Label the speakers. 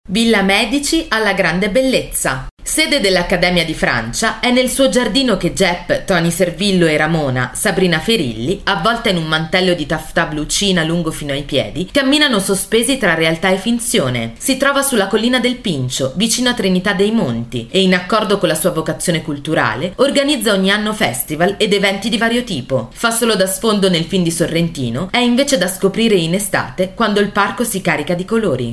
Speaker 1: Villa Medici alla grande bellezza. Sede dell'Accademia di Francia, è nel suo giardino che Jepp, Tony Servillo e Ramona, Sabrina Ferilli, avvolta in un mantello di taffetà blu cina lungo fino ai piedi, camminano sospesi tra realtà e finzione. Si trova sulla collina del Pincio, vicino a Trinità dei Monti, e in accordo con la sua vocazione culturale, organizza ogni anno festival ed eventi di vario tipo. Fa solo da sfondo nel film di Sorrentino, è invece da scoprire in estate, quando il parco si carica di colori.